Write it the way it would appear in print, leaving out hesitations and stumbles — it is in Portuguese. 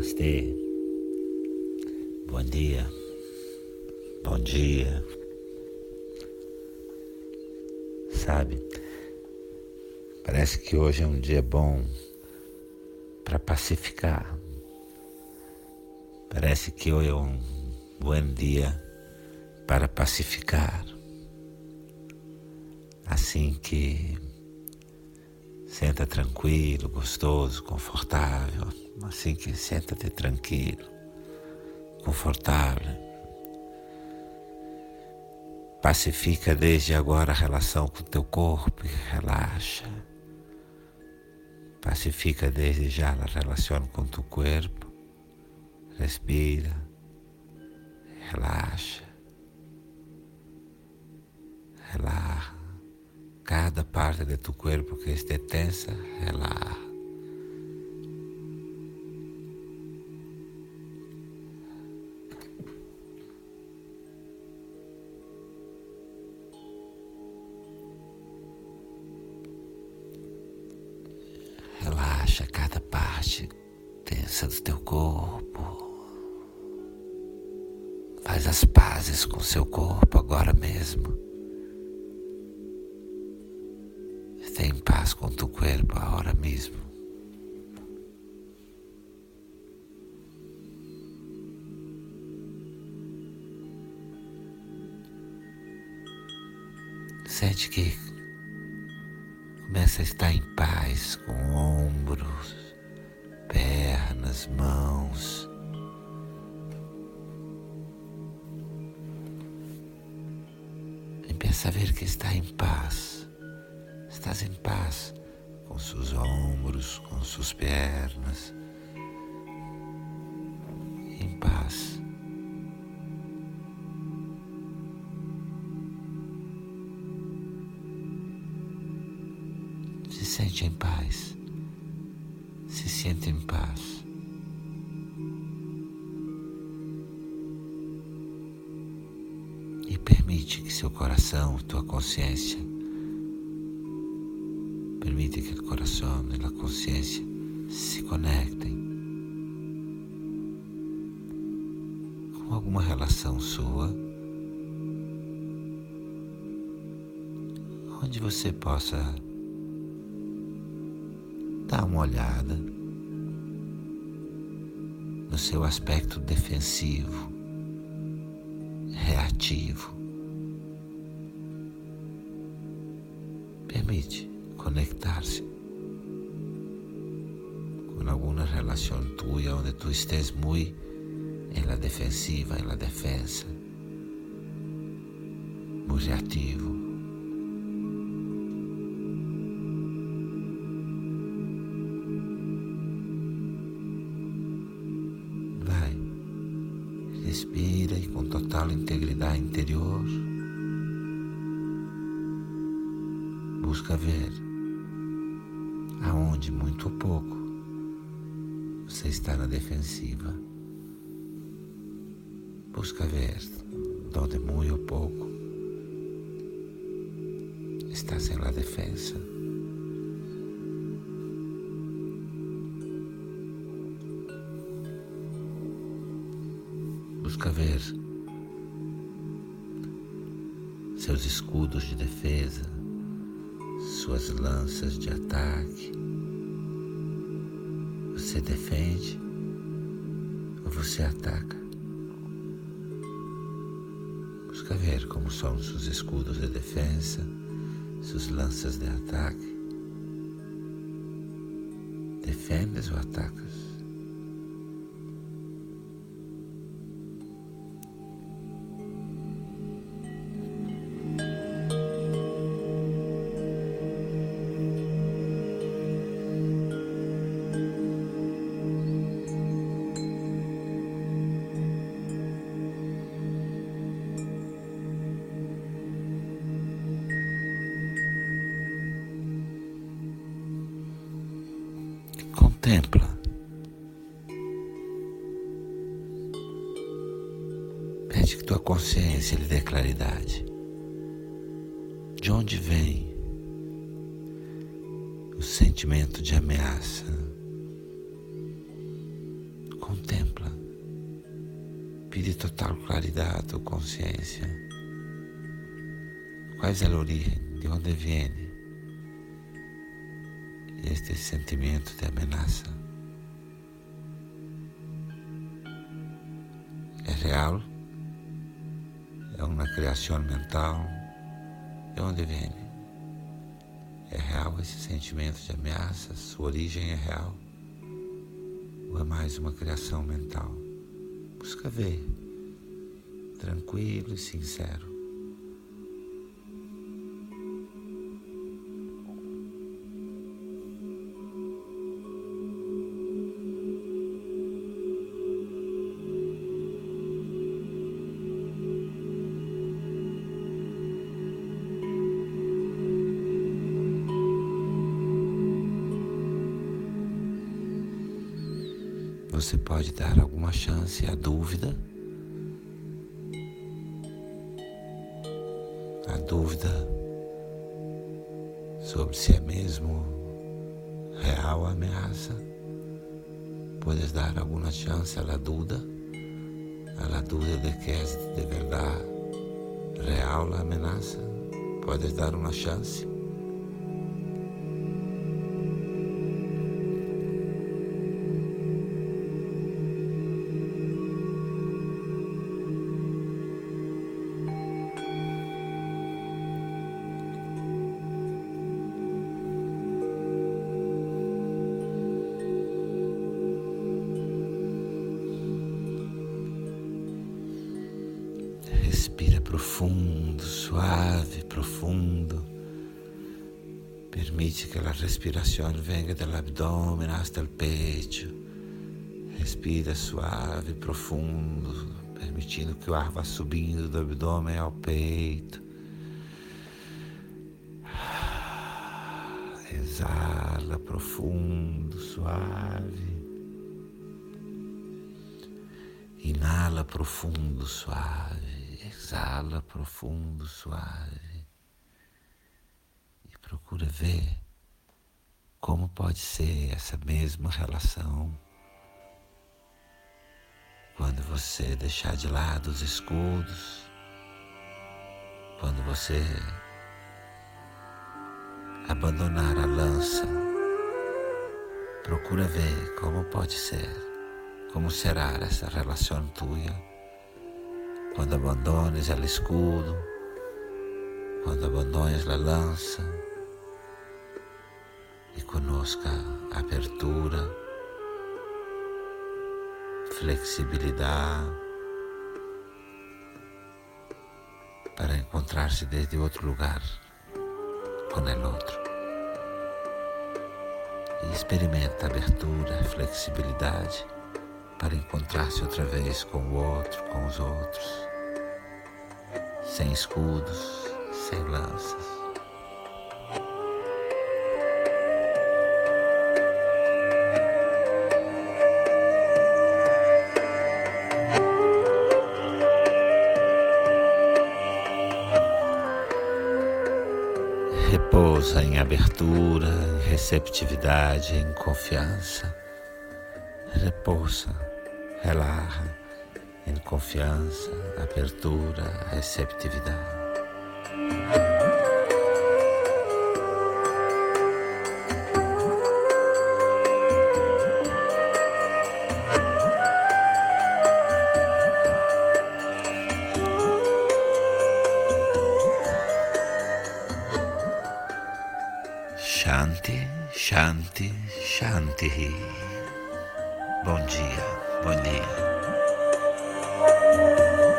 Namastê, bom dia, bom dia. Sabe, parece que hoje é um dia bom para pacificar. Parece que hoje é um bom dia para pacificar. Assim que senta tranquilo, gostoso, confortável. Assim que senta-te tranquilo, confortável. Pacifica desde agora a relação com o teu corpo e relaxa. Pacifica desde já a relação com o teu corpo. Respira, relaxa, relaxa. Cada parte de tu corpo que esté tensa, relaxa. Relaxa cada parte tensa do teu corpo. Faz as pazes com seu corpo agora mesmo. Esteja em paz com tu corpo agora mesmo. Sente que começa a estar em paz com ombros, pernas, mãos. Empieza a ver que está em paz. Estás em paz com seus ombros, com suas pernas. Em paz. Se sente em paz. Se sente em paz. E permite que seu coração, tua consciência, permite que o coração e a consciência se conectem com alguma relação sua, onde você possa dar uma olhada no seu aspecto defensivo, reativo. Permite conectar-se com alguma relação tua onde tu estés muito em la defensiva, em la defensa, muito reativo. Vai, respira e com total integridade interior, busca ver aonde, muito ou pouco, você está na defensiva. Busca ver onde, muito ou pouco, estás em la defensa. Busca ver seus escudos de defesa, suas lanças de ataque. Você defende ou você ataca? Busca ver como são seus escudos de defesa, suas lanças de ataque. Defendes ou atacas? Contempla. Pede que tua consciência lhe dê claridade. De onde vem o sentimento de ameaça? e de total claridade ou consciência. Qual é a origem? De onde vem este sentimento de ameaça? É real? É uma criação mental? De onde vem? É real esse sentimento de ameaça? Sua origem é real? Ou é mais uma criação mental? Busca ver, tranquilo e sincero. Você pode dar alguma chance à dúvida. A dúvida sobre se é mesmo real a ameaça. Puedes dar alguma chance à dúvida de que é de verdade real a ameaça. Puedes dar uma chance. Respira profundo, suave, profundo. Permite que a respiração venga do abdômen hasta o pecho. Respira suave, profundo, permitindo que o ar vá subindo do abdômen ao peito. Exala profundo, suave. Inala profundo, suave. Exala profundo, suave. E procura ver como pode ser essa mesma relação quando você deixar de lado os escudos, quando você abandonar a lança. Procura ver como pode ser, como será essa relação tua quando abandones o escudo, quando abandones a lança e conozca a abertura, flexibilidade para encontrar-se desde outro lugar com o outro. E experimenta a abertura, flexibilidade para encontrar-se outra vez com o outro, com os outros, sem escudos, sem lanças. Repousa em abertura, em receptividade, em confiança. Repousa, relaxa em confiança, abertura, receptividade. Shanti, Shanti, Shanti. Bom dia, bom dia.